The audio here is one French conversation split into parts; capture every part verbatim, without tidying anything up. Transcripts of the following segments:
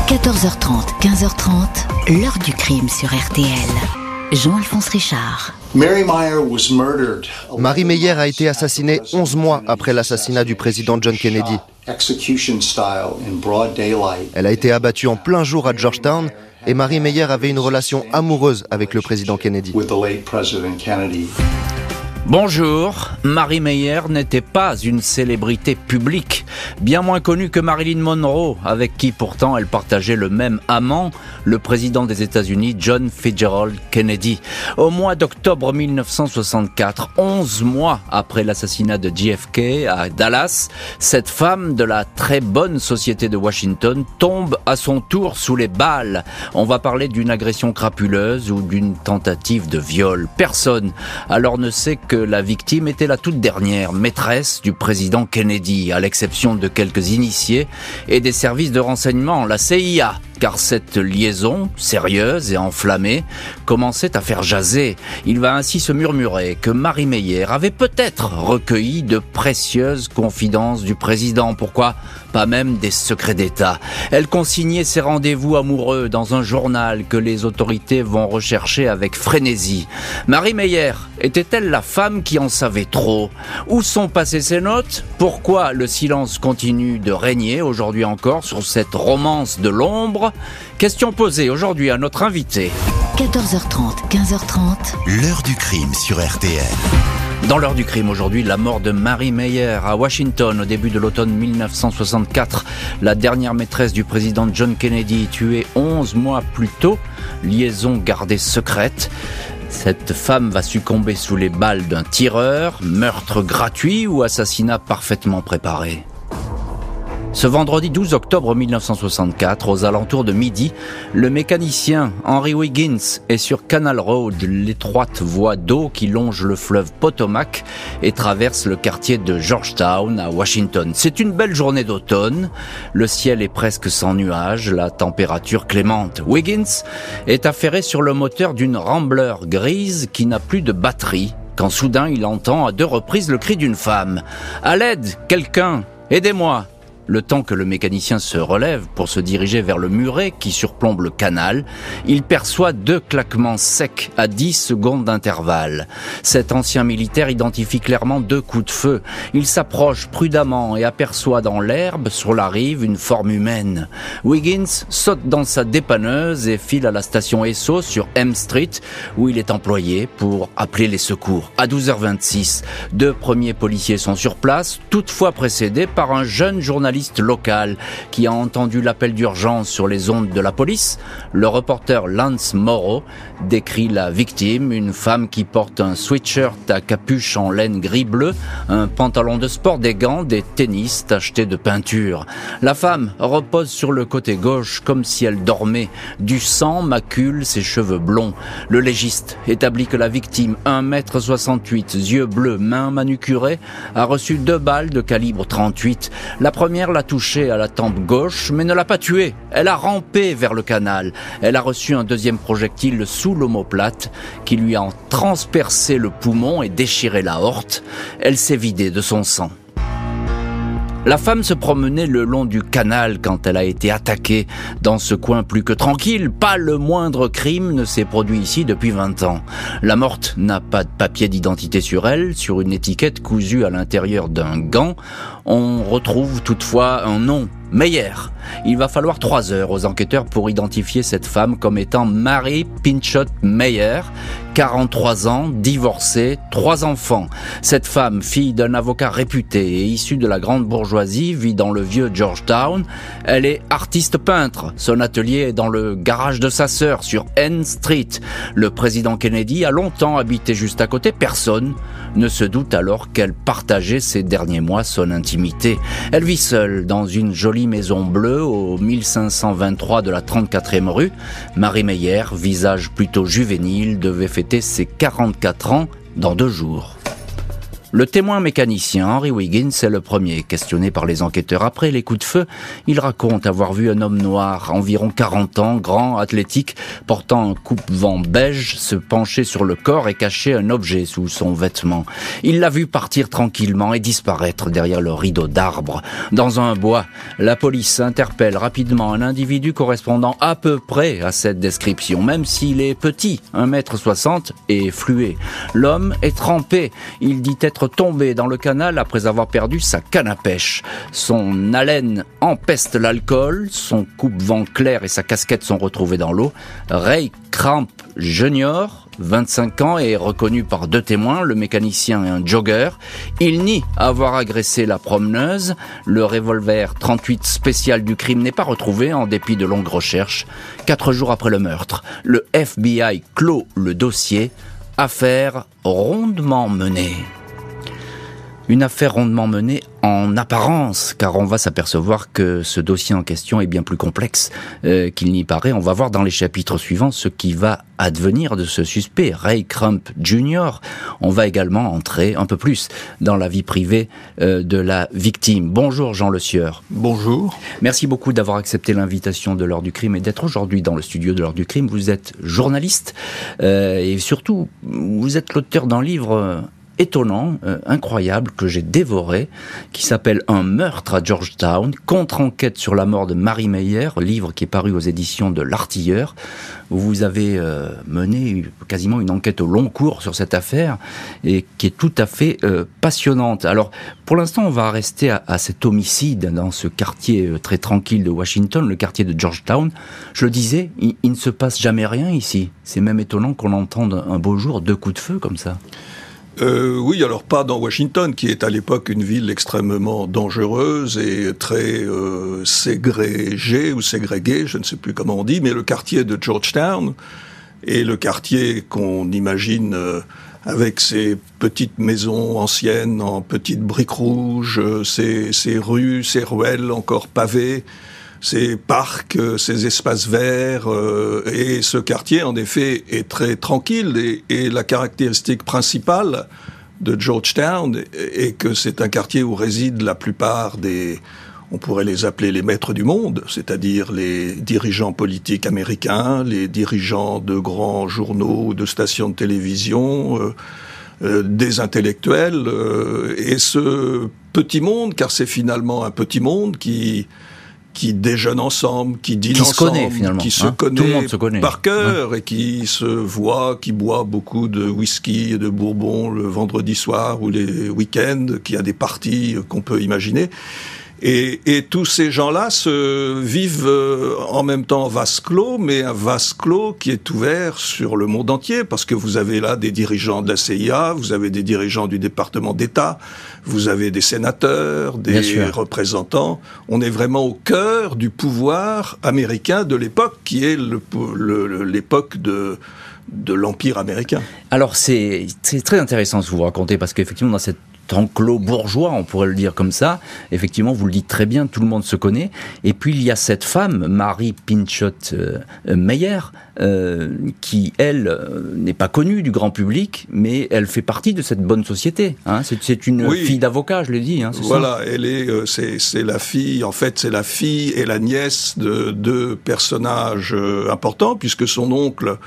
quatorze heures trente, quinze heures trente, l'heure du crime sur R T L. Jean-Alphonse Richard. Mary Meyer a été assassinée onze mois après l'assassinat du président John Kennedy. Elle a été abattue en plein jour à Georgetown et Mary Meyer avait une relation amoureuse avec le président Kennedy. Bonjour, Mary Meyer n'était pas une célébrité publique, bien moins connue que Marilyn Monroe, avec qui pourtant elle partageait le même amant, le président des États-Unis, John Fitzgerald Kennedy. Au mois d'octobre mille neuf cent soixante-quatre, onze mois après l'assassinat de J F K à Dallas, cette femme de la très bonne société de Washington tombe à son tour sous les balles. On va parler d'une agression crapuleuse ou d'une tentative de viol. Personne alors ne sait que la victime était la toute dernière maîtresse du président Kennedy, à l'exception de quelques initiés et des services de renseignement, la C I A. Car cette liaison, sérieuse et enflammée, commençait à faire jaser. Il va ainsi se murmurer que Mary Meyer avait peut-être recueilli de précieuses confidences du président. Pourquoi pas même des secrets d'État. Elle consignait ses rendez-vous amoureux dans un journal que les autorités vont rechercher avec frénésie. Mary Meyer était-elle la femme qui en savait trop? Où sont passées ses notes? Pourquoi le silence continue de régner aujourd'hui encore sur cette romance de l'ombre? Question posée aujourd'hui à notre invité. quatorze heures trente, quinze heures trente. L'heure du crime sur R T L. Dans l'heure du crime aujourd'hui, la mort de Mary Meyer à Washington au début de l'automne mille neuf cent soixante-quatre. La dernière maîtresse du président John Kennedy, tuée onze mois plus tôt. Liaison gardée secrète. Cette femme va succomber sous les balles d'un tireur, meurtre gratuit ou assassinat parfaitement préparé. Ce vendredi douze octobre mille neuf cent soixante-quatre, aux alentours de midi, le mécanicien Henry Wiggins est sur Canal Road, l'étroite voie d'eau qui longe le fleuve Potomac et traverse le quartier de Georgetown à Washington. C'est une belle journée d'automne, le ciel est presque sans nuages, la température clémente. Wiggins est affairé sur le moteur d'une Rambler grise qui n'a plus de batterie, quand soudain il entend à deux reprises le cri d'une femme. « À l'aide, quelqu'un, aidez-moi !» Le temps que le mécanicien se relève pour se diriger vers le muret qui surplombe le canal, il perçoit deux claquements secs à dix secondes d'intervalle. Cet ancien militaire identifie clairement deux coups de feu. Il s'approche prudemment et aperçoit dans l'herbe, sur la rive, une forme humaine. Wiggins saute dans sa dépanneuse et file à la station Esso sur M Street, où il est employé pour appeler les secours. À douze heures vingt-six, deux premiers policiers sont sur place, toutefois précédés par un jeune journaliste local qui a entendu l'appel d'urgence sur les ondes de la police. Le reporter Lance Morrow décrit la victime, une femme qui porte un sweatshirt à capuche en laine gris-bleu, un pantalon de sport, des gants, des tennis tachetés de peinture. La femme repose sur le côté gauche comme si elle dormait. Du sang macule ses cheveux blonds. Le légiste établit que la victime, un mètre soixante-huit, yeux bleus, mains manucurées, a reçu deux balles de calibre trente-huit. La première l'a touchée à la tempe gauche, mais ne l'a pas tuée. Elle a rampé vers le canal. Elle a reçu un deuxième projectile sous l'omoplate qui lui a transpercé le poumon et déchiré l'aorte. Elle s'est vidée de son sang. La femme se promenait le long du canal quand elle a été attaquée. Dans ce coin plus que tranquille, pas le moindre crime ne s'est produit ici depuis vingt ans. La morte n'a pas de papier d'identité sur elle. Sur une étiquette cousue à l'intérieur d'un gant, on retrouve toutefois un nom, Meyer. Il va falloir trois heures aux enquêteurs pour identifier cette femme comme étant Mary Pinchot Meyer, quarante-trois ans, divorcée, trois enfants. Cette femme, fille d'un avocat réputé et issue de la grande bourgeoisie, vit dans le vieux Georgetown. Elle est artiste peintre. Son atelier est dans le garage de sa sœur, sur N Street. Le président Kennedy a longtemps habité juste à côté. Personne ne se doute alors qu'elle partageait ces derniers mois son intimité. Elle vit seule dans une jolie maison bleue au mille cinq cent vingt-trois de la trente-quatrième rue. Mary Meyer, visage plutôt juvénile, devait fêter ses quarante-quatre ans dans deux jours. Le témoin mécanicien Henry Wiggins est le premier questionné par les enquêteurs. Après les coups de feu, il raconte avoir vu un homme noir, environ quarante ans, grand, athlétique, portant un coupe-vent beige, se pencher sur le corps et cacher un objet sous son vêtement. Il l'a vu partir tranquillement et disparaître derrière le rideau d'arbres. Dans un bois, la police interpelle rapidement un individu correspondant à peu près à cette description, même s'il est petit, un mètre soixante et fluet. L'homme est trempé. Il dit être tombé dans le canal après avoir perdu sa canne à pêche. Son haleine empeste l'alcool, son coupe-vent clair et sa casquette sont retrouvés dans l'eau. Ray Crump Junior, vingt-cinq ans, est reconnu par deux témoins, le mécanicien et un jogger. Il nie avoir agressé la promeneuse. Le revolver trente-huit spécial du crime n'est pas retrouvé en dépit de longues recherches. Quatre jours après le meurtre, le F B I clôt le dossier. Affaire rondement menée. Une affaire rondement menée en apparence, car on va s'apercevoir que ce dossier en question est bien plus complexe euh, qu'il n'y paraît. On va voir dans les chapitres suivants ce qui va advenir de ce suspect, Ray Crump Junior On va également entrer un peu plus dans la vie privée euh, de la victime. Bonjour Jean Le Sieur. Bonjour. Merci beaucoup d'avoir accepté l'invitation de l'heure du crime et d'être aujourd'hui dans le studio de l'heure du crime. Vous êtes journaliste euh, et surtout, vous êtes l'auteur d'un livre... Euh, étonnant, euh, incroyable, que j'ai dévoré, qui s'appelle « Un meurtre à Georgetown », contre-enquête sur la mort de Marie Meyer, livre qui est paru aux éditions de L'Artilleur, où vous avez euh, mené quasiment une enquête au long cours sur cette affaire, et qui est tout à fait euh, passionnante. Alors, pour l'instant, on va rester à, à cet homicide dans ce quartier euh, très tranquille de Washington, le quartier de Georgetown. Je le disais, il, il ne se passe jamais rien ici. C'est même étonnant qu'on entende un beau jour deux coups de feu comme ça. Euh, oui, alors pas dans Washington, qui est à l'époque une ville extrêmement dangereuse et très euh, ségrégée ou ségréguée, je ne sais plus comment on dit, mais le quartier de Georgetown est le quartier qu'on imagine euh, avec ses petites maisons anciennes en petites briques rouges, euh, ses, ses rues, ses ruelles encore pavées, ces parcs, ces espaces verts, euh, et ce quartier, en effet, est très tranquille. Et, et la caractéristique principale de Georgetown est que c'est un quartier où résident la plupart des, on pourrait les appeler les maîtres du monde, c'est-à-dire les dirigeants politiques américains, les dirigeants de grands journaux ou de stations de télévision, euh, euh, des intellectuels. Euh, et ce petit monde, car c'est finalement un petit monde qui... qui déjeunent ensemble, qui dînent qui ensemble, se connaît, finalement, qui se hein, connaît tout le monde se connaît par cœur, ouais. Et qui se voit, qui boit beaucoup de whisky et de bourbon le vendredi soir ou les week-ends, qui a des parties qu'on peut imaginer. Et, et tous ces gens-là se vivent euh, en même temps vase clos, mais un vase clos qui est ouvert sur le monde entier, parce que vous avez là des dirigeants de la C I A, vous avez des dirigeants du département d'État, vous avez des sénateurs, des représentants. On est vraiment au cœur du pouvoir américain de l'époque, qui est le, le, l'époque de... de l'Empire américain. Alors c'est, c'est très intéressant ce que vous racontez, parce qu'effectivement dans cette enclos bourgeois, on pourrait le dire comme ça, effectivement vous le dites très bien, tout le monde se connaît, et puis il y a cette femme, Marie Pinchot euh, Meyer, euh, qui elle euh, n'est pas connue du grand public, mais elle fait partie de cette bonne société, hein. c'est, c'est une oui. fille d'avocat, je l'ai dit, hein, c'est voilà, ça elle est, euh, c'est, c'est la fille, en fait c'est la fille et la nièce de deux personnages euh, importants, puisque son oncle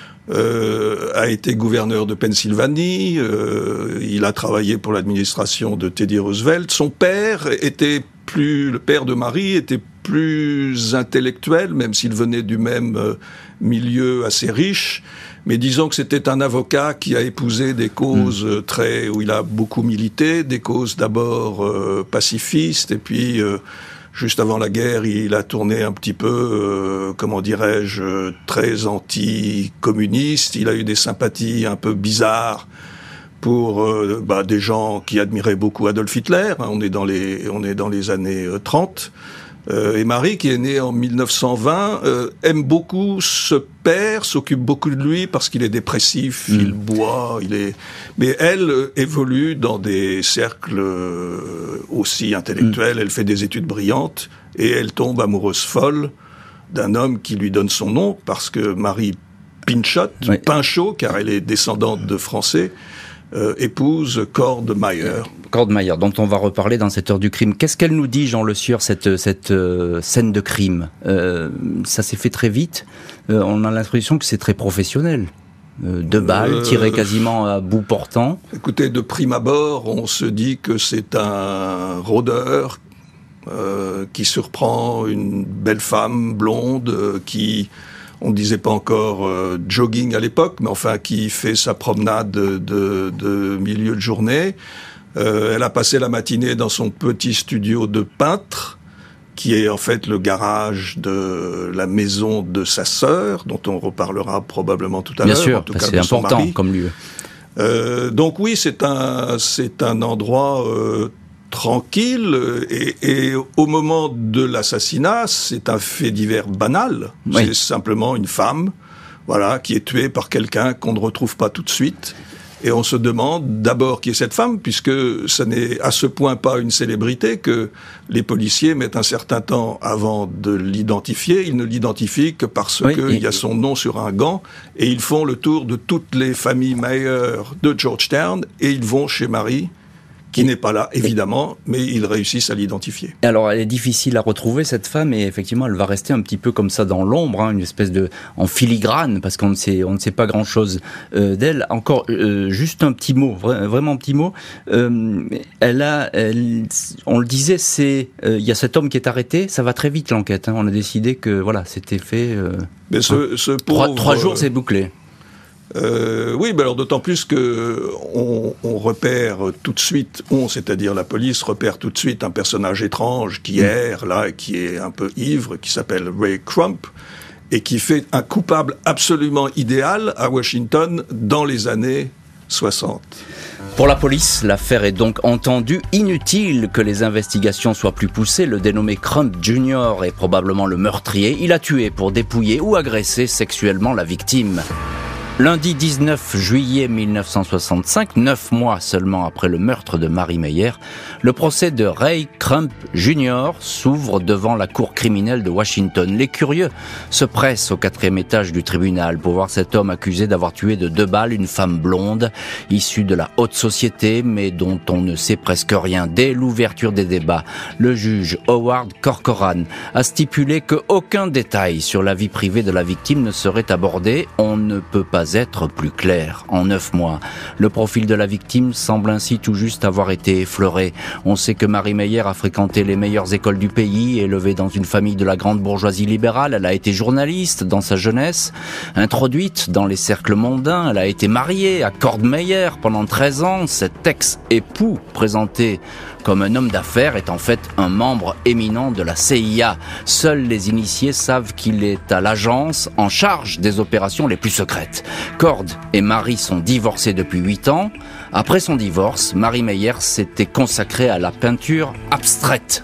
Euh, a été gouverneur de Pennsylvanie, euh, il a travaillé pour l'administration de Teddy Roosevelt. Son père était plus, le père de Marie était plus intellectuel, même s'il venait du même euh, milieu assez riche. Mais disons que c'était un avocat qui a épousé des causes mmh. très, où il a beaucoup milité, des causes d'abord euh, pacifistes, et puis euh, juste avant la guerre, il a tourné un petit peu, euh, comment dirais-je, très anti-communiste. Il a eu des sympathies un peu bizarres pour euh, bah, des gens qui admiraient beaucoup Adolf Hitler. On est dans les, on est dans les années euh, trente. Euh, et Marie, qui est née en mille neuf cent vingt, euh, aime beaucoup ce père, s'occupe beaucoup de lui parce qu'il est dépressif, mmh. il boit, il est... Mais elle euh, évolue dans des cercles euh, aussi intellectuels, mmh. elle fait des études brillantes et elle tombe amoureuse folle d'un homme qui lui donne son nom parce que Marie Pinchot, oui. Pinchot, car elle est descendante de Français, euh, épouse Cord Meyer. Cord Meyer, dont on va reparler dans cette heure du crime. Qu'est-ce qu'elle nous dit, Jean Le Sieur, cette, cette euh, scène de crime? euh, Ça s'est fait très vite. Euh, on a l'impression que c'est très professionnel. Euh, deux balles, euh, tirées quasiment à bout portant. Écoutez, de prime abord, on se dit que c'est un rôdeur euh, qui surprend une belle femme blonde euh, qui... On ne disait pas encore euh, jogging à l'époque, mais enfin qui fait sa promenade de, de, de milieu de journée. Euh, elle a passé la matinée dans son petit studio de peintre, qui est en fait le garage de la maison de sa sœur, dont on reparlera probablement tout à Bien l'heure. sûr, en tout cas c'est de son important mari. comme lieu. Euh, donc oui, c'est un, c'est un endroit... Euh, tranquille, et, et au moment de l'assassinat, c'est un fait divers banal. Oui. C'est simplement une femme, voilà, qui est tuée par quelqu'un qu'on ne retrouve pas tout de suite. Et on se demande d'abord qui est cette femme, puisque ça n'est à ce point pas une célébrité que les policiers mettent un certain temps avant de l'identifier. Ils ne l'identifient que parce oui, qu'il y a son nom sur un gant, et ils font le tour de toutes les familles Meyer de Georgetown, et ils vont chez Marie, qui n'est pas là, évidemment, mais ils réussissent à l'identifier. Alors, elle est difficile à retrouver, cette femme, et effectivement, elle va rester un petit peu comme ça dans l'ombre, hein, une espèce de... en filigrane, parce qu'on ne sait, on ne sait pas grand-chose euh, d'elle. Encore, euh, juste un petit mot, vra- vraiment un petit mot. Euh, elle a... Elle, on le disait, c'est... Il euh, y a cet homme qui est arrêté, ça va très vite, l'enquête. Hein, on a décidé que, voilà, c'était fait... Euh, mais ce, hein, ce pauvre, trois, trois jours, c'est bouclé. Euh, oui, ben alors d'autant plus que on, on repère tout de suite, on, c'est-à-dire la police, repère tout de suite un personnage étrange qui erre là, qui est un peu ivre, qui s'appelle Ray Crump, et qui fait un coupable absolument idéal à Washington dans les années soixante. Pour la police, l'affaire est donc entendue. Inutile que les investigations soient plus poussées. Le dénommé Crump Junior est probablement le meurtrier. Il a tué pour dépouiller ou agresser sexuellement la victime. Lundi dix-neuf juillet mille neuf cent soixante-cinq, neuf mois seulement après le meurtre de Marie Meyer, le procès de Ray Crump Junior s'ouvre devant la cour criminelle de Washington. Les curieux se pressent au quatrième étage du tribunal pour voir cet homme accusé d'avoir tué de deux balles une femme blonde, issue de la haute société, mais dont on ne sait presque rien. Dès l'ouverture des débats, le juge Howard Corcoran a stipulé qu'aucun détail sur la vie privée de la victime ne serait abordé. On ne peut pas être plus clair. En neuf mois, le profil de la victime semble ainsi tout juste avoir été effleuré. On sait que Marie Meyer a fréquenté les meilleures écoles du pays, élevée dans une famille de la grande bourgeoisie libérale. Elle a été journaliste dans sa jeunesse, introduite dans les cercles mondains. Elle a été mariée à Cord Meyer pendant treize ans. Cet ex-époux, présenté comme un homme d'affaires, est en fait un membre éminent de la C I A. Seuls les initiés savent qu'il est à l'agence en charge des opérations les plus secrètes. Cord et Marie sont divorcés depuis huit ans. Après son divorce, Marie Meyer s'était consacrée à la peinture abstraite.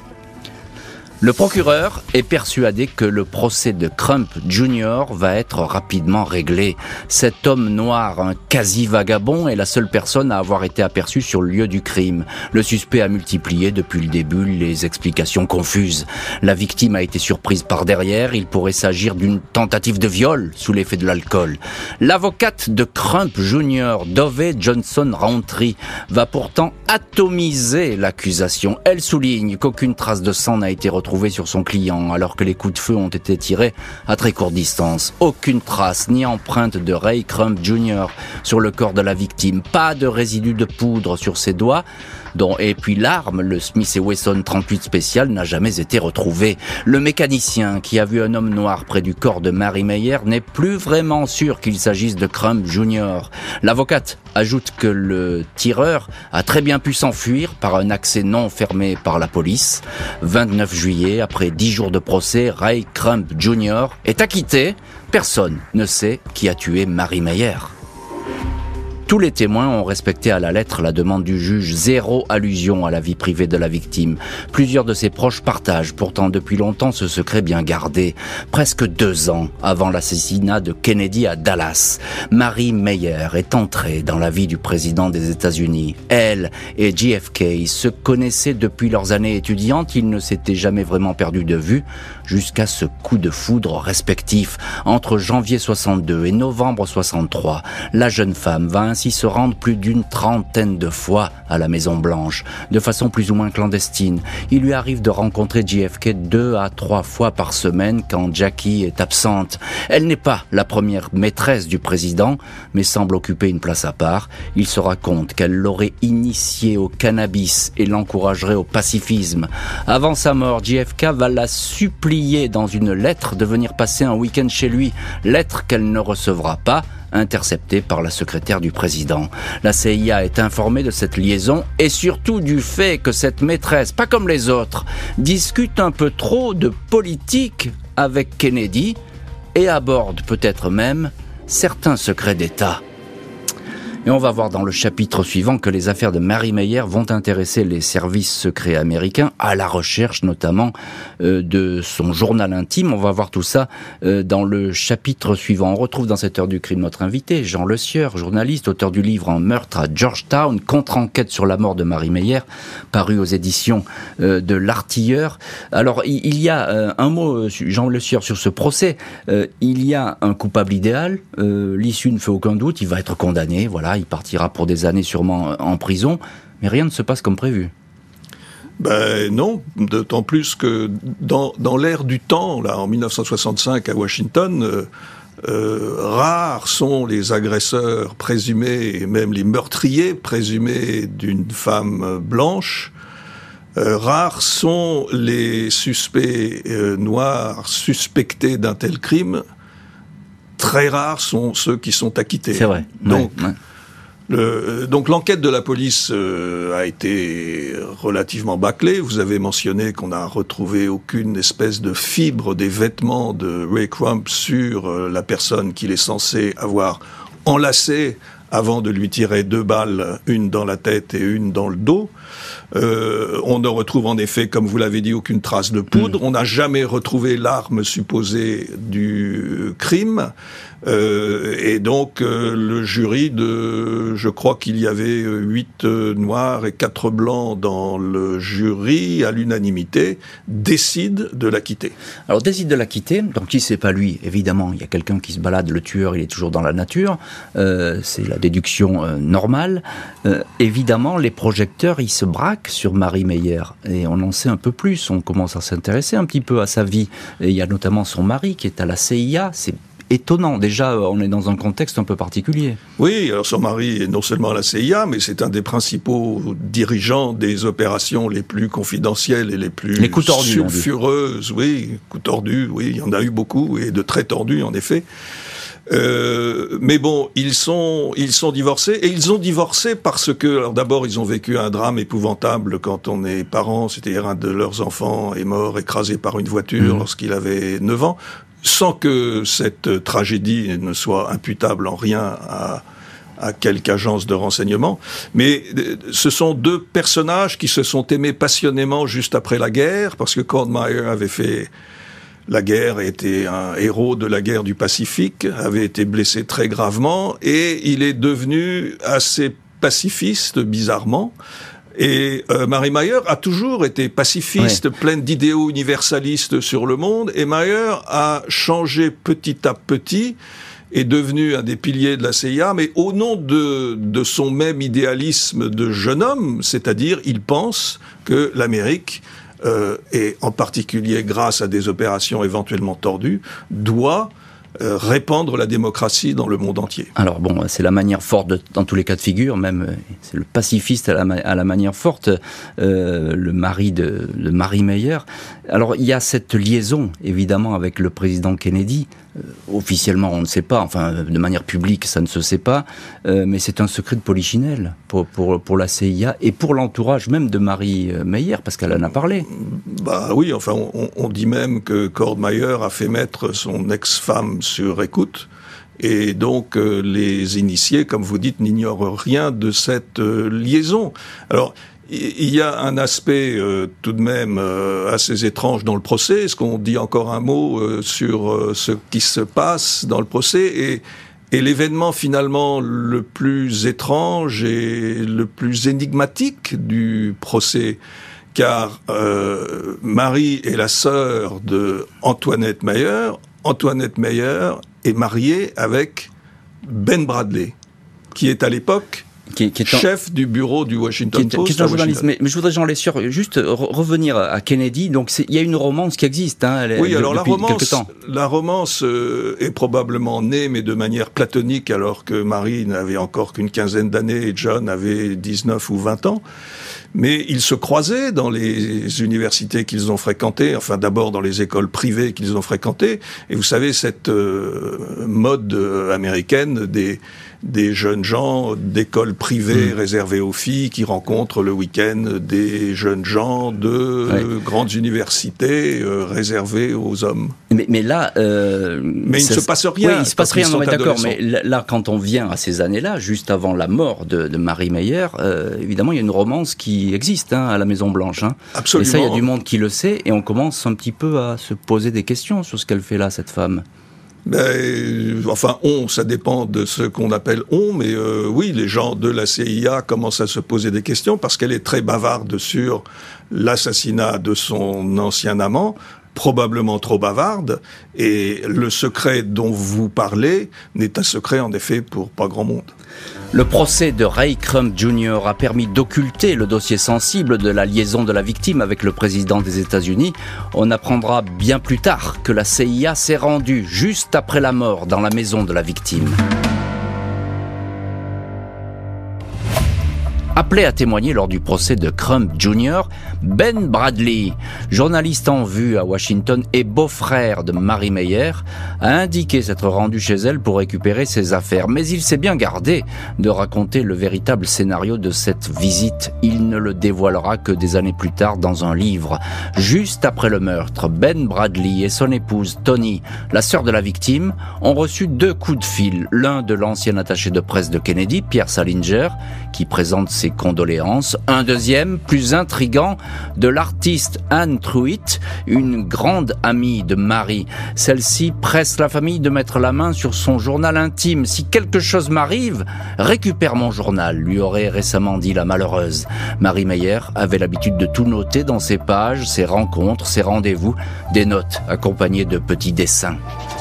Le procureur est persuadé que le procès de Crump Junior va être rapidement réglé. Cet homme noir, un quasi-vagabond, est la seule personne à avoir été aperçue sur le lieu du crime. Le suspect a multiplié depuis le début les explications confuses. La victime a été surprise par derrière. Il pourrait s'agir d'une tentative de viol sous l'effet de l'alcool. L'avocate de Crump Junior, Dovey Johnson Rountree, va pourtant atomiser l'accusation. Elle souligne qu'aucune trace de sang n'a été retrouvée sur son client, alors que les coups de feu ont été tirés à très courte distance. Aucune trace ni empreinte de Ray Crump Junior sur le corps de la victime. Pas de résidus de poudre sur ses doigts. Dont, et puis l'arme, le Smith et Wesson trente-huit spécial, n'a jamais été retrouvé. Le mécanicien qui a vu un homme noir près du corps de Marie Meyer n'est plus vraiment sûr qu'il s'agisse de Crump Junior. L'avocate ajoute que le tireur a très bien pu s'enfuir par un accès non fermé par la police. vingt-neuf juillet, après dix jours de procès, Ray Crump Junior est acquitté. Personne ne sait qui a tué Marie Meyer. Tous les témoins ont respecté à la lettre la demande du juge, zéro allusion à la vie privée de la victime. Plusieurs de ses proches partagent pourtant depuis longtemps ce secret bien gardé. Presque deux ans avant l'assassinat de Kennedy à Dallas, Marie Meyer est entrée dans la vie du président des États-Unis. Elle et J F K se connaissaient depuis leurs années étudiantes. Ils ne s'étaient jamais vraiment perdus de vue jusqu'à ce coup de foudre respectif. Entre janvier soixante-deux et novembre soixante-trois, la jeune femme va ainsi se rendre plus d'une trentaine de fois à la Maison-Blanche, de façon plus ou moins clandestine. Il lui arrive de rencontrer J F K deux à trois fois par semaine quand Jackie est absente. Elle n'est pas la première maîtresse du président, mais semble occuper une place à part. Il se raconte qu'elle l'aurait initié au cannabis et l'encouragerait au pacifisme. Avant sa mort, J F K va la supplier dans une lettre de venir passer un week-end chez lui. Lettre qu'elle ne recevra pas, interceptée par la secrétaire du président. La C I A est informée de cette liaison et surtout du fait que cette maîtresse, pas comme les autres, discute un peu trop de politique avec Kennedy et aborde peut-être même certains secrets d'État. Et on va voir dans le chapitre suivant que les affaires de Mary Meyer vont intéresser les services secrets américains à la recherche notamment euh, de son journal intime. On va voir tout ça euh, dans le chapitre suivant. On retrouve dans cette heure du crime notre invité, Jean Le Sieur, journaliste, auteur du livre Un meurtre à Georgetown, contre-enquête sur la mort de Mary Meyer, paru aux éditions euh, de l'Artilleur. Alors il, il y a euh, un mot, Jean Le Sieur, sur ce procès. Euh, il y a un coupable idéal, euh, l'issue ne fait aucun doute, il va être condamné, voilà. Il partira pour des années sûrement en prison, mais rien ne se passe comme prévu. Ben non, d'autant plus que dans, dans l'ère du temps, là, en dix-neuf cent soixante-cinq à Washington, euh, euh, rares sont les agresseurs présumés, et même les meurtriers présumés d'une femme blanche. Euh, rares sont les suspects euh, noirs suspectés d'un tel crime. Très rares sont ceux qui sont acquittés. C'est vrai. Donc, ouais, ouais. Le, donc l'enquête de la police euh, a été relativement bâclée. Vous avez mentionné qu'on n'a retrouvé aucune espèce de fibre des vêtements de Ray Crump sur euh, la personne qu'il est censé avoir enlacée avant de lui tirer deux balles, une dans la tête et une dans le dos. Euh, on ne retrouve en effet, comme vous l'avez dit, aucune trace de poudre. Mmh. On n'a jamais retrouvé l'arme supposée du crime. Euh, et donc euh, le jury de, je crois qu'il y avait huit euh, noirs et quatre blancs dans le jury, à l'unanimité, décide de l'acquitter. Alors décide de l'acquitter, donc si c'est pas lui, évidemment, il y a quelqu'un qui se balade, le tueur, il est toujours dans la nature, euh, c'est la déduction euh, normale. Euh, évidemment, les projecteurs, ils se braquent sur Mary Meyer, et on en sait un peu plus, on commence à s'intéresser un petit peu à sa vie, et il y a notamment son mari qui est à la C I A, c'est étonnant. Déjà, on est dans un contexte un peu particulier. Oui, alors son mari est non seulement à la C I A, mais c'est un des principaux dirigeants des opérations les plus confidentielles et les plus les coups tordus, sulfureuses. Oui, coups tordus, oui, il y en a eu beaucoup, et de très tordus, en effet. Euh, mais bon, ils sont, ils sont divorcés, et ils ont divorcé parce que, alors d'abord, ils ont vécu un drame épouvantable quand on est parent, c'est-à-dire un de leurs enfants est mort écrasé par une voiture mmh. lorsqu'il avait neuf ans, sans que cette tragédie ne soit imputable en rien à, à quelque agence de renseignement. Mais ce sont deux personnages qui se sont aimés passionnément juste après la guerre, parce que Cord Meyer avait fait la guerre, était un héros de la guerre du Pacifique, avait été blessé très gravement, et il est devenu assez pacifiste, bizarrement. Et euh, Mary Meyer a toujours été pacifiste, ouais. pleine d'idéaux universalistes sur le monde, et Meyer a changé petit à petit, est devenu un des piliers de la C I A, mais au nom de, de son même idéalisme de jeune homme, c'est-à-dire il pense que l'Amérique, euh, et en particulier grâce à des opérations éventuellement tordues, doit Euh, répandre la démocratie dans le monde entier. Alors bon, c'est la manière forte de, dans tous les cas de figure, même c'est le pacifiste à la, à la manière forte, euh, le mari de, de Mary Meyer. Alors il y a cette liaison évidemment avec le président Kennedy. Euh, officiellement on ne sait pas, enfin de manière publique ça ne se sait pas, euh, mais c'est un secret de polichinelle pour, pour, pour la C I A et pour l'entourage même de Mary Meyer, parce qu'elle en a parlé. Bah oui, enfin on, on dit même que Cord Meyer a fait mettre son ex-femme sur écoute, et donc euh, les initiés, comme vous dites, n'ignorent rien de cette euh, liaison. Alors, il y a un aspect euh, tout de même euh, assez étrange dans le procès. Est-ce qu'on dit encore un mot euh, sur euh, ce qui se passe dans le procès et, et l'événement finalement le plus étrange et le plus énigmatique du procès, car euh, Marie est la sœur de Antoinette Meyer. Antoinette Meyer est mariée avec Ben Bradley. qui est à l'époque Qui, qui est un, chef du bureau du Washington qui est, Post. Qui est un journaliste. Mais, mais je voudrais, Jean Lessieur, juste re- revenir à Kennedy. Donc, c'est, il y a une romance qui existe. Hein, elle, oui, de, alors la romance, temps. la romance euh, est probablement née, mais de manière platonique, alors que Marie n'avait encore qu'une quinzaine d'années et John avait dix-neuf ou vingt ans. Mais ils se croisaient dans les universités qu'ils ont fréquentées, enfin d'abord dans les écoles privées qu'ils ont fréquentées. Et vous savez, cette euh, mode euh, américaine des des jeunes gens d'écoles privées mmh. réservées aux filles qui rencontrent le week-end des jeunes gens de ouais. euh, grandes universités euh, réservées aux hommes. Mais, mais là... Euh, mais il ne se passe rien. Oui, il ne se passe rien, on est d'accord. Mais là, quand on vient à ces années-là, juste avant la mort de, de Marie Meyer, euh, évidemment, il y a une romance qui existe hein, à la Maison-Blanche. Hein. Absolument. Et ça, il y a du monde qui le sait, et on commence un petit peu à se poser des questions sur ce qu'elle fait là, cette femme. Ben, enfin, on, ça dépend de ce qu'on appelle on, mais euh, oui, les gens de la C I A commencent à se poser des questions parce qu'elle est très bavarde sur l'assassinat de son ancien amant, probablement trop bavarde, et le secret dont vous parlez n'est un secret en effet pour pas grand monde. Le procès de Ray Crump junior a permis d'occulter le dossier sensible de la liaison de la victime avec le président des États-Unis. On apprendra bien plus tard que la C I A s'est rendue juste après la mort dans la maison de la victime. Appelé à témoigner lors du procès de Crump junior, Ben Bradlee, journaliste en vue à Washington et beau-frère de Marie Meyer, a indiqué s'être rendu chez elle pour récupérer ses affaires. Mais il s'est bien gardé de raconter le véritable scénario de cette visite. Il ne le dévoilera que des années plus tard dans un livre. Juste après le meurtre, Ben Bradlee et son épouse Toni, la sœur de la victime, ont reçu deux coups de fil. L'un de l'ancien attaché de presse de Kennedy, Pierre Salinger, qui présente ses condoléances. Un deuxième, plus intrigant, de l'artiste Anne Truitt, une grande amie de Marie. Celle-ci presse la famille de mettre la main sur son journal intime. Si quelque chose m'arrive, récupère mon journal, lui aurait récemment dit la malheureuse. Marie Meyer avait l'habitude de tout noter dans ses pages, ses rencontres, ses rendez-vous, des notes accompagnées de petits dessins.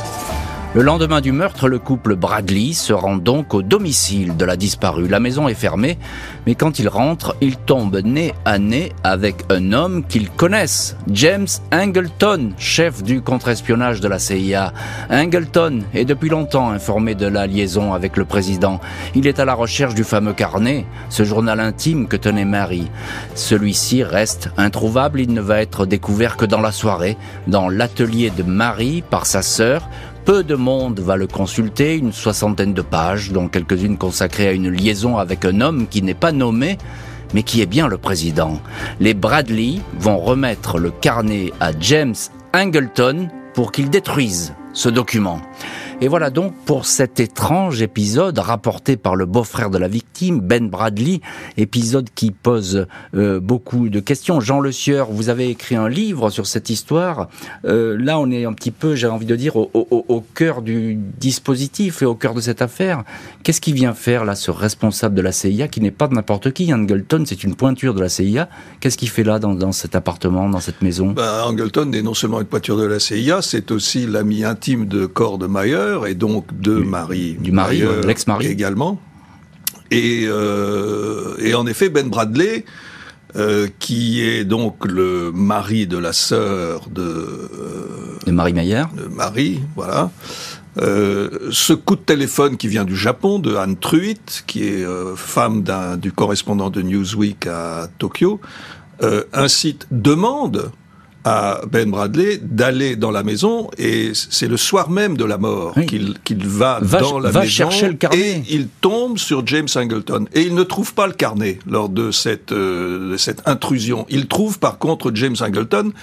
Le lendemain du meurtre, le couple Bradlee se rend donc au domicile de la disparue. La maison est fermée, mais quand ils rentrent, ils tombent nez à nez avec un homme qu'ils connaissent, James Angleton, chef du contre-espionnage de la C I A. Angleton est depuis longtemps informé de la liaison avec le président. Il est à la recherche du fameux carnet, ce journal intime que tenait Marie. Celui-ci reste introuvable, il ne va être découvert que dans la soirée, dans l'atelier de Marie par sa sœur. Peu de monde va le consulter, une soixantaine de pages, dont quelques-unes consacrées à une liaison avec un homme qui n'est pas nommé, mais qui est bien le président. Les Bradlee vont remettre le carnet à James Angleton pour qu'il détruise ce document. Et voilà donc pour cet étrange épisode rapporté par le beau-frère de la victime, Ben Bradlee, épisode qui pose euh, beaucoup de questions. Jean Le Sieur, vous avez écrit un livre sur cette histoire. Euh, là, on est un petit peu, j'ai envie de dire, au, au, au cœur du dispositif et au cœur de cette affaire. Qu'est-ce qui vient faire, là, ce responsable de la C I A, qui n'est pas de n'importe qui? Angleton, c'est une pointure de la C I A. Qu'est-ce qu'il fait là, dans, dans cet appartement, dans cette maison? Ben, Angleton est non seulement une pointure de la C I A, c'est aussi l'ami intime de Cord Meyer, et donc de du, Marie, du mari, Meyer l'ex-mari également. Et, euh, et en effet, Ben Bradlee, euh, qui est donc le mari de la sœur de, euh, de Marie Meyer, de Marie, voilà. Euh, ce coup de téléphone qui vient du Japon, de Anne Truitt, qui est euh, femme d'un, du correspondant de Newsweek à Tokyo, euh, incite, demande à Ben Bradlee d'aller dans la maison, et c'est le soir même de la mort oui. qu'il, qu'il va, va dans la va maison chercher le carnet. Et il tombe sur James Angleton et il ne trouve pas le carnet lors de cette, euh, de cette intrusion. Il trouve par contre James Angleton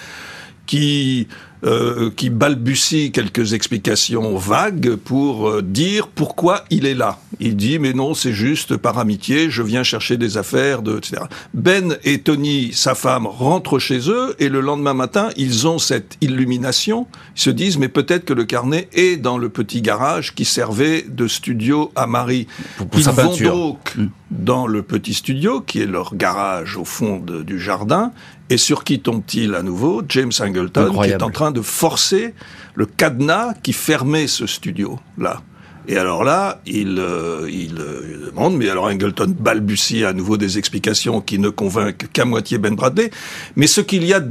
qui euh, qui balbutie quelques explications vagues pour euh, dire pourquoi il est là. Il dit mais non, c'est juste par amitié, je viens chercher des affaires, de, et cetera. Ben et Toni, sa femme, rentrent chez eux et le lendemain matin, ils ont cette illumination. Ils se disent mais peut-être que le carnet est dans le petit garage qui servait de studio à Marie. Pour, pour ils sa vont peinture. donc mmh. dans le petit studio qui est leur garage au fond de, du jardin. Et sur qui tombe-t-il à nouveau? James Angleton, Incroyable. qui est en train de forcer le cadenas qui fermait ce studio-là. Et alors là, il, euh, il, euh, il demande, mais alors Angleton balbutie à nouveau des explications qui ne convainquent qu'à moitié Ben Bradley. Mais ce qu'il y a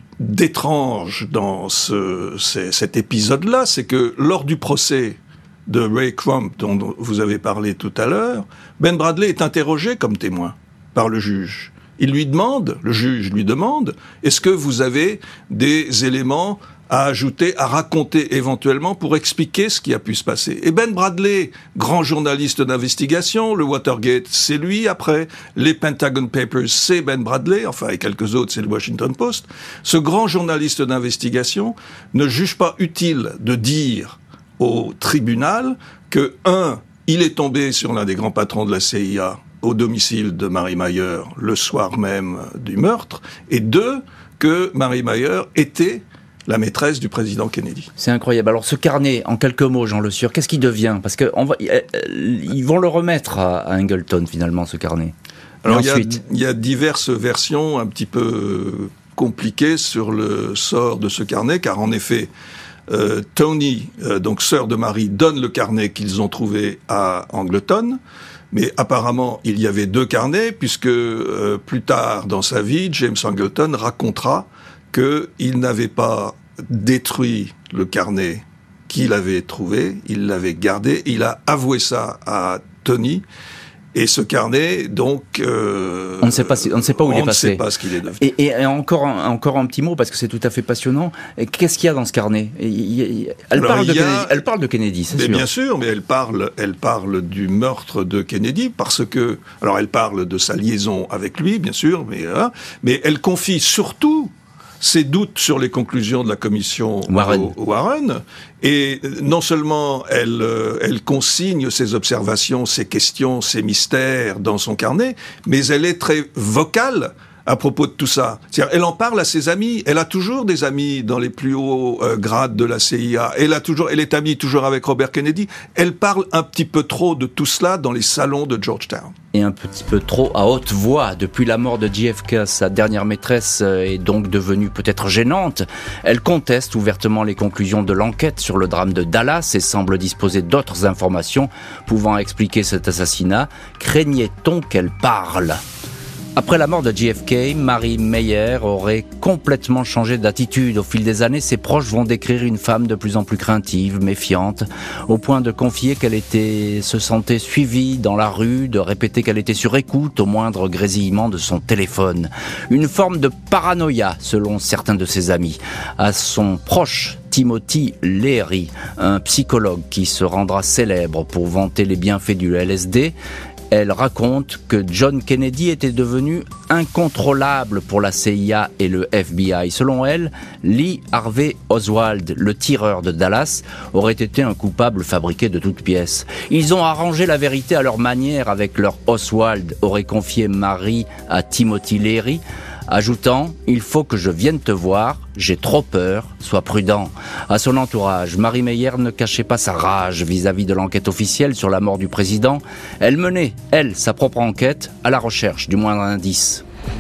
d'étrange dans ce, cet épisode-là, c'est que lors du procès de Ray Crump, dont vous avez parlé tout à l'heure, Ben Bradley est interrogé comme témoin par le juge. Il lui demande, le juge lui demande, est-ce que vous avez des éléments à ajouter, à raconter éventuellement pour expliquer ce qui a pu se passer. Et Ben Bradley, grand journaliste d'investigation, le Watergate, c'est lui, après, les Pentagon Papers, c'est Ben Bradley, enfin, et quelques autres, c'est le Washington Post. Ce grand journaliste d'investigation ne juge pas utile de dire au tribunal que, un, il est tombé sur l'un des grands patrons de la C I A au domicile de Marie Mayer le soir même du meurtre, et deux, que Marie Mayer était la maîtresse du président Kennedy. C'est incroyable. Alors ce carnet, en quelques mots, Jean Le Sieur, qu'est-ce qu'il devient ? Parce que on va, ils vont le remettre à, à Angleton, finalement, ce carnet. Alors il y, a, il y a diverses versions un petit peu compliquées sur le sort de ce carnet, car en effet, euh, Tony, euh, donc sœur de Marie, donne le carnet qu'ils ont trouvé à Angleton. Mais apparemment, il y avait deux carnets, puisque euh, plus tard dans sa vie, James Angleton racontera qu'il n'avait pas détruit le carnet qu'il avait trouvé, il l'avait gardé, il a avoué ça à Tony, et ce carnet, donc... Euh, on ne sait pas, si, on ne sait pas où il est passé. On ne sait pas ce qu'il est devenu. Et, et encore, un, encore un petit mot, parce que c'est tout à fait passionnant. Qu'est-ce qu'il y a dans ce carnet ? Elle, Alors, parle de a, Kennedy, elle parle de Kennedy, c'est mais sûr. Bien sûr, mais elle parle, elle parle du meurtre de Kennedy, parce que... Alors, elle parle de sa liaison avec lui, bien sûr, mais, hein, mais elle confie surtout ses doutes sur les conclusions de la commission Warren. Warren, et non seulement elle, euh, elle consigne ses observations, ses questions, ses mystères dans son carnet, mais elle est très vocale à propos de tout ça. C'est-à-dire, elle en parle à ses amis. Elle a toujours des amis dans les plus hauts euh, grades de la C I A. Elle a toujours, elle est amie toujours avec Robert Kennedy. Elle parle un petit peu trop de tout cela dans les salons de Georgetown. Et un petit peu trop à haute voix. Depuis la mort de J F K, sa dernière maîtresse est donc devenue peut-être gênante. Elle conteste ouvertement les conclusions de l'enquête sur le drame de Dallas et semble disposer d'autres informations pouvant expliquer cet assassinat. Craignait-on qu'elle parle ? Après la mort de J F K, Marie Meyer aurait complètement changé d'attitude. Au fil des années, ses proches vont décrire une femme de plus en plus craintive, méfiante, au point de confier qu'elle était, se sentait suivie dans la rue, de répéter qu'elle était sur écoute au moindre grésillement de son téléphone. Une forme de paranoïa, selon certains de ses amis. À son proche, Timothy Leary, un psychologue qui se rendra célèbre pour vanter les bienfaits du L S D, elle raconte que John Kennedy était devenu incontrôlable pour la C I A et le F B I. Selon elle, Lee Harvey Oswald, le tireur de Dallas, aurait été un coupable fabriqué de toutes pièces. Ils ont arrangé la vérité à leur manière avec leur Oswald, aurait confié Marie à Timothy Leary, ajoutant « Il faut que je vienne te voir, j'ai trop peur, sois prudent ». À son entourage, Marie Meyer ne cachait pas sa rage vis-à-vis de l'enquête officielle sur la mort du président. Elle menait, elle, sa propre enquête, à la recherche du moindre indice.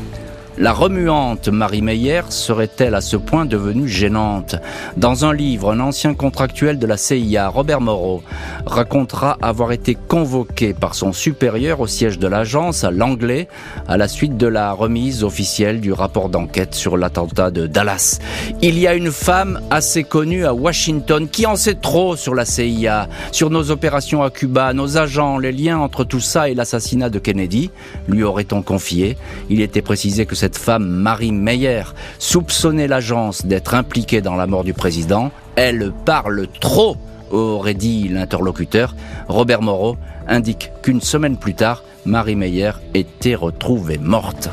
La remuante Marie Meyer serait-elle à ce point devenue gênante ? Dans un livre, un ancien contractuel de la C I A, Robert Morrow, racontera avoir été convoqué par son supérieur au siège de l'agence à Langley à la suite de la remise officielle du rapport d'enquête sur l'attentat de Dallas. Il y a une femme assez connue à Washington qui en sait trop sur la C I A, sur nos opérations à Cuba, nos agents, les liens entre tout ça et l'assassinat de Kennedy, lui aurait-on confié. Il était précisé que cette Cette femme, Marie Meyer, soupçonnait l'agence d'être impliquée dans la mort du président. Elle parle trop, aurait dit l'interlocuteur. Robert Morrow indique qu'une semaine plus tard, Marie Meyer était retrouvée morte.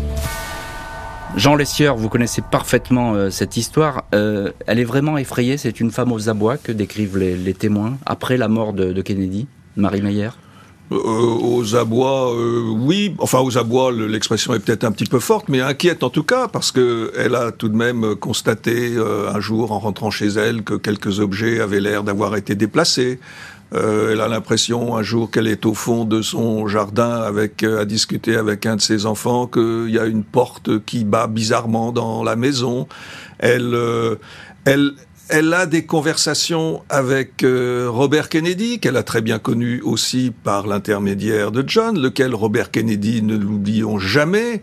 Jean Le Sieur, vous connaissez parfaitement euh, cette histoire. Euh, elle est vraiment effrayée. C'est une femme aux abois que décrivent les, les témoins après la mort de, de Kennedy, Marie Meyer. Euh, aux abois, euh, oui. Enfin, aux abois, l'expression est peut-être un petit peu forte, mais inquiète en tout cas, parce que elle a tout de même constaté euh, un jour, en rentrant chez elle, que quelques objets avaient l'air d'avoir été déplacés. Euh, elle a l'impression un jour qu'elle est au fond de son jardin avec euh, à discuter avec un de ses enfants, qu'il y a une porte qui bat bizarrement dans la maison. Elle, euh, elle. elle a des conversations avec euh, Robert Kennedy, qu'elle a très bien connu aussi par l'intermédiaire de John, lequel Robert Kennedy, ne l'oublions jamais,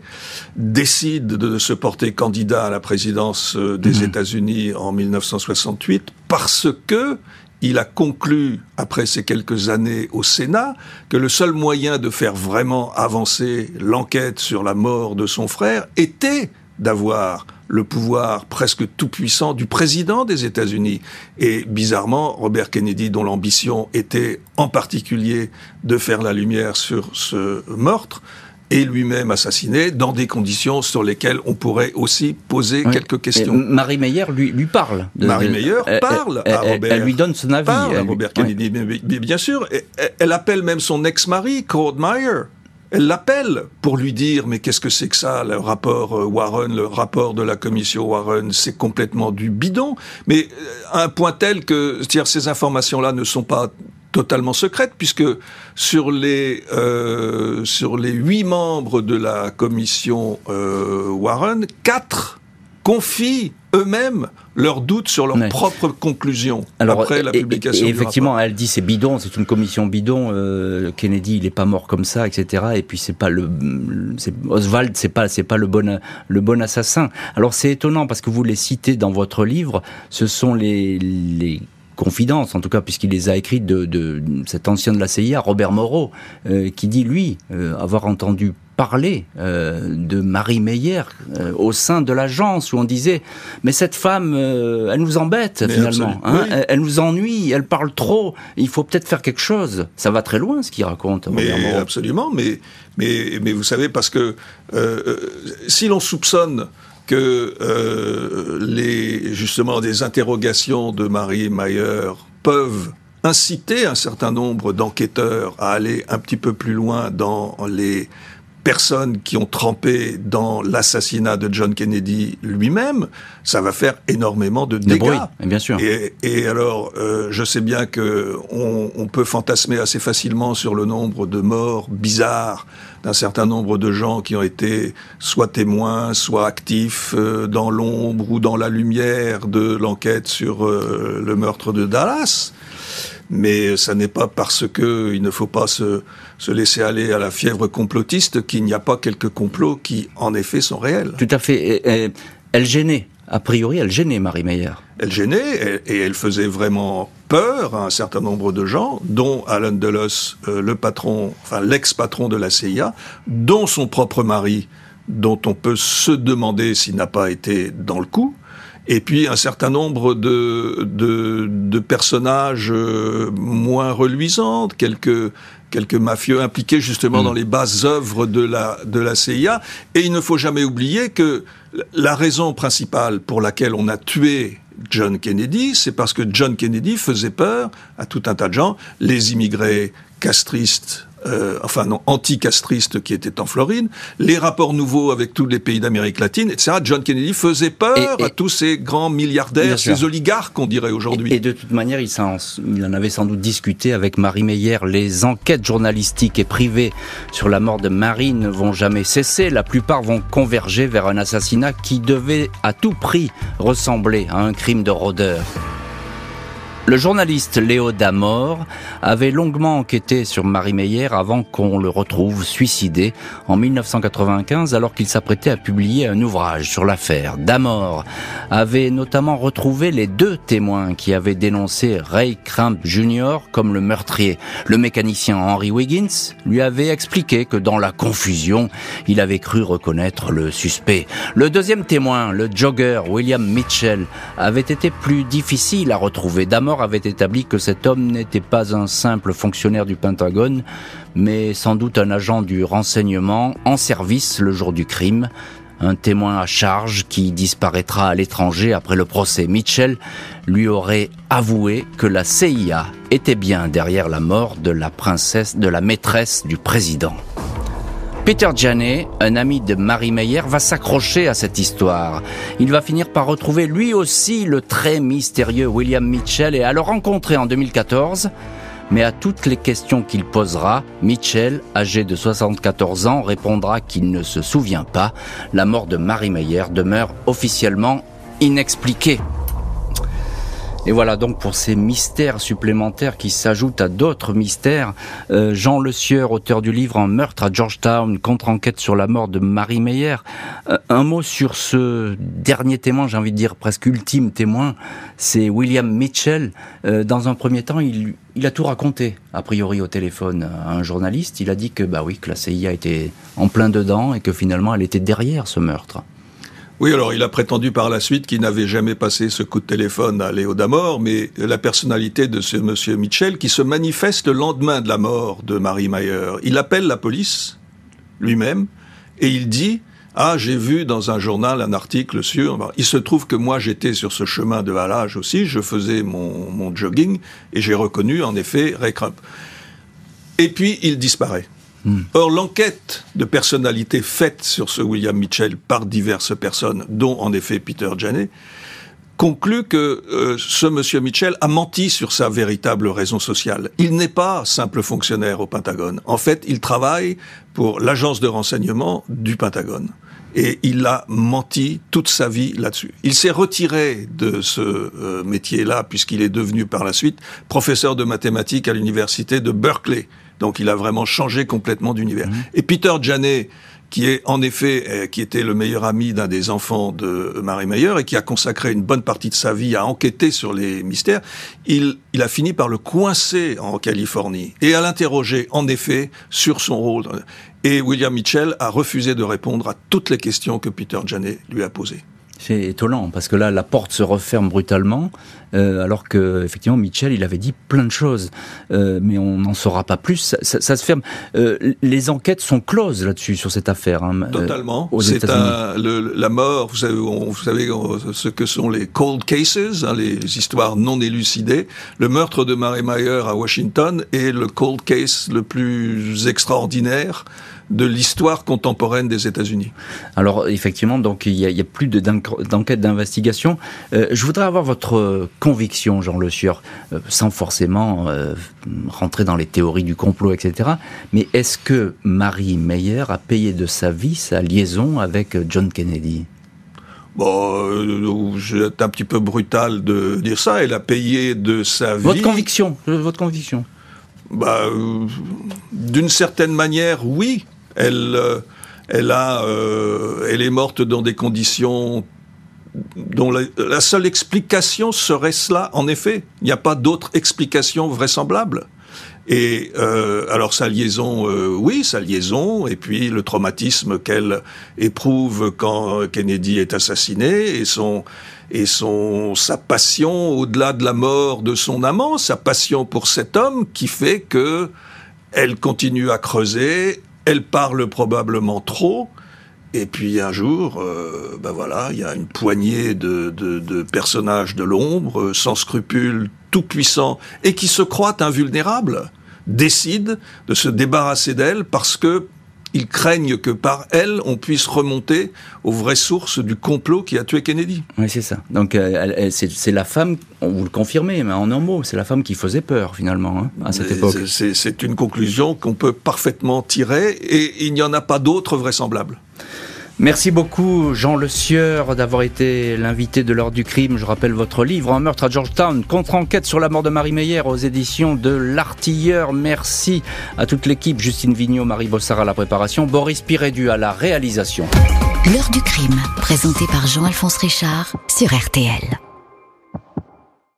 décide de se porter candidat à la présidence euh, des mmh. États-Unis en dix-neuf cent soixante-huit parce que il a conclu, après ces quelques années au Sénat, que le seul moyen de faire vraiment avancer l'enquête sur la mort de son frère était d'avoir le pouvoir presque tout-puissant du président des États-Unis. Et bizarrement, Robert Kennedy, dont l'ambition était en particulier de faire la lumière sur ce meurtre, est lui-même assassiné dans des conditions sur lesquelles on pourrait aussi poser oui. quelques questions. Et Marie Meyer lui, lui parle. De, Marie Meyer elle, parle elle, à Robert. Elle lui donne son avis. Parle elle à Robert lui... Kennedy, oui. mais, bien sûr. Elle, elle appelle même son ex-mari, Claude Meyer. Elle l'appelle pour lui dire « Mais qu'est-ce que c'est que ça, le rapport Warren, le rapport de la commission Warren, c'est complètement du bidon. » Mais à un point tel que c'est-à-dire, ces informations-là ne sont pas totalement secrètes, puisque sur les euh, sur les huit membres de la commission euh, Warren, quatre confient eux-mêmes leurs doutes sur leurs ouais. propres conclusions Alors, après la publication et, et effectivement, du rapport. Elle dit c'est bidon, c'est une commission bidon. Euh, Kennedy, il est pas mort comme ça, et cetera. Et puis c'est pas le, c'est, Oswald, c'est pas c'est pas le bon le bon assassin. Alors c'est étonnant parce que vous les citez dans votre livre. Ce sont les les confidences, en tout cas, puisqu'il les a écrites de, de, de cet ancien de la C I A, Robert Moreau, euh, qui dit, lui, euh, avoir entendu parler euh, de Marie Meyer euh, au sein de l'agence, où on disait, mais cette femme, euh, elle nous embête, mais finalement. Hein, oui. elle, elle nous ennuie, elle parle trop, il faut peut-être faire quelque chose. Ça va très loin, ce qu'il raconte, mais Robert Moreau. Absolument, mais, mais, mais vous savez, parce que euh, si l'on soupçonne que euh, les, justement des interrogations de Marie Meyer peuvent inciter un certain nombre d'enquêteurs à aller un petit peu plus loin dans les personnes qui ont trempé dans l'assassinat de John Kennedy lui-même, ça va faire énormément de dégâts. De bruit, bien sûr. Et, et alors, euh, je sais bien que on, on peut fantasmer assez facilement sur le nombre de morts bizarres d'un certain nombre de gens qui ont été soit témoins, soit actifs euh, dans l'ombre ou dans la lumière de l'enquête sur euh, le meurtre de Dallas. Mais ça n'est pas parce que il ne faut pas se, se laisser aller à la fièvre complotiste qu'il n'y a pas quelques complots qui, en effet, sont réels. Tout à fait. Et, et, elle gênait. A priori, elle gênait Marie Meyer. Elle gênait et, et elle faisait vraiment peur à un certain nombre de gens, dont Alan Dulles, euh, le patron, enfin l'ex-patron de la C I A, dont son propre mari, dont on peut se demander s'il n'a pas été dans le coup. Et puis un certain nombre de, de, de personnages euh, moins reluisants, quelques, quelques mafieux impliqués justement mmh. dans les basses œuvres de la, de la C I A. Et il ne faut jamais oublier que la raison principale pour laquelle on a tué John Kennedy, c'est parce que John Kennedy faisait peur à tout un tas de gens, les immigrés castristes, Euh, enfin non, anti-castristes qui étaient en Floride, les rapports nouveaux avec tous les pays d'Amérique latine, et cetera. John Kennedy faisait peur et, et, à tous ces grands milliardaires, ces oligarques, on dirait aujourd'hui. Et, et de toute manière, il, il en avait sans doute discuté avec Marie Meyer. Les enquêtes journalistiques et privées sur la mort de Marie ne vont jamais cesser. La plupart vont converger vers un assassinat qui devait à tout prix ressembler à un crime de rôdeur. Le journaliste Léo Damore avait longuement enquêté sur Marie Meyer avant qu'on le retrouve suicidé en dix-neuf cent quatre-vingt-quinze alors qu'il s'apprêtait à publier un ouvrage sur l'affaire. Damore avait notamment retrouvé les deux témoins qui avaient dénoncé Ray Crump junior comme le meurtrier. Le mécanicien Henry Wiggins lui avait expliqué que dans la confusion, il avait cru reconnaître le suspect. Le deuxième témoin, le jogger William Mitchell, avait été plus difficile à retrouver. Damore avait établi que cet homme n'était pas un simple fonctionnaire du Pentagone, mais sans doute un agent du renseignement en service le jour du crime. Un témoin à charge qui disparaîtra à l'étranger après le procès. Mitchell lui aurait avoué que la C I A était bien derrière la mort de la princesse, de la maîtresse du président. Peter Janney, un ami de Marie Meyer, va s'accrocher à cette histoire. Il va finir par retrouver lui aussi le très mystérieux William Mitchell et à le rencontrer en deux mille quatorze. Mais à toutes les questions qu'il posera, Mitchell, âgé de soixante-quatorze ans, répondra qu'il ne se souvient pas. La mort de Marie Meyer demeure officiellement inexpliquée. Et voilà donc pour ces mystères supplémentaires qui s'ajoutent à d'autres mystères. Euh, Jean Le Sieur, auteur du livre Un meurtre à Georgetown, contre-enquête sur la mort de Marie Meyer. Euh, un mot sur ce dernier témoin, j'ai envie de dire presque ultime témoin, c'est William Mitchell. Euh, dans un premier temps, il, il a tout raconté, a priori au téléphone à un journaliste. Il a dit que, bah oui, que la C I A était en plein dedans et que finalement elle était derrière ce meurtre. Oui, alors il a prétendu par la suite qu'il n'avait jamais passé ce coup de téléphone à Léo Damore, mais la personnalité de ce monsieur Mitchell qui se manifeste le lendemain de la mort de Marie Meyer, il appelle la police lui-même et il dit « Ah, j'ai vu dans un journal un article sur... » Il se trouve que moi j'étais sur ce chemin de halage aussi, je faisais mon, mon jogging et j'ai reconnu en effet Ray Crump. Et puis il disparaît. Or, l'enquête de personnalité faite sur ce William Mitchell par diverses personnes, dont en effet Peter Janney, conclut que euh, ce monsieur Mitchell a menti sur sa véritable raison sociale. Il n'est pas simple fonctionnaire au Pentagone. En fait, il travaille pour l'agence de renseignement du Pentagone. Et il a menti toute sa vie là-dessus. Il s'est retiré de ce euh, métier-là, puisqu'il est devenu par la suite professeur de mathématiques à l'université de Berkeley. Donc il a vraiment changé complètement d'univers. Mmh. Et Peter Janney, qui est en effet, euh, qui était le meilleur ami d'un des enfants de Marie Meyer et qui a consacré une bonne partie de sa vie à enquêter sur les mystères, il, il a fini par le coincer en Californie et à l'interroger en effet sur son rôle. Et William Mitchell a refusé de répondre à toutes les questions que Peter Janney lui a posées. C'est étonnant, parce que là, la porte se referme brutalement, euh, alors que, effectivement, Mitchell, il avait dit plein de choses, euh, mais on n'en saura pas plus, ça, ça, ça se ferme. Euh, les enquêtes sont closes là-dessus, sur cette affaire. Hein, Totalement. Euh, C'est un, le, la mort, vous savez, on, vous savez ce que sont les cold cases, hein, les, les histoires non élucidées. Le meurtre de Marie Meyer à Washington est le cold case le plus extraordinaire de l'histoire contemporaine des États-Unis. Alors effectivement, donc il y a, il y a plus de, d'enquête d'investigation. Euh, je voudrais avoir votre conviction, Jean Le Sieur, euh, sans forcément euh, rentrer dans les théories du complot, et cetera. Mais est-ce que Marie Meyer a payé de sa vie sa liaison avec John Kennedy ? Bon, euh, c'est un petit peu brutal de dire ça. Elle a payé de sa vie. Votre conviction, votre conviction. Bah, euh, d'une certaine manière, oui. Elle, euh, elle a, euh, elle est morte dans des conditions dont la, la seule explication serait cela. En effet, il n'y a pas d'autre explication vraisemblable. Et euh, alors sa liaison, euh, oui, sa liaison, et puis le traumatisme qu'elle éprouve quand Kennedy est assassiné, et son et son sa passion au-delà de la mort de son amant, sa passion pour cet homme qui fait que elle continue à creuser, elle parle probablement trop. Et puis un jour, euh, ben voilà, il y a une poignée de, de, de personnages de l'ombre, sans scrupules, tout puissants, et qui se croient invulnérables, décident de se débarrasser d'elle parce que ils craignent que par elle, on puisse remonter aux vraies sources du complot qui a tué Kennedy. Oui, c'est ça. Donc elle, elle, c'est, c'est la femme, on vous le confirmez, mais en un mot, c'est la femme qui faisait peur finalement hein, à cette époque. C'est, c'est une conclusion qu'on peut parfaitement tirer, et il n'y en a pas d'autre vraisemblable. Merci beaucoup Jean Le Sieur d'avoir été l'invité de l'heure du crime. Je rappelle votre livre Un meurtre à Georgetown, contre-enquête sur la mort de Marie Meyer aux éditions de L'Artilleur. Merci à toute l'équipe, Justine Vignot, Marie Bossard à la préparation, Boris Pirédu à la réalisation. L'heure du crime, présentée par Jean-Alphonse Richard sur R T L.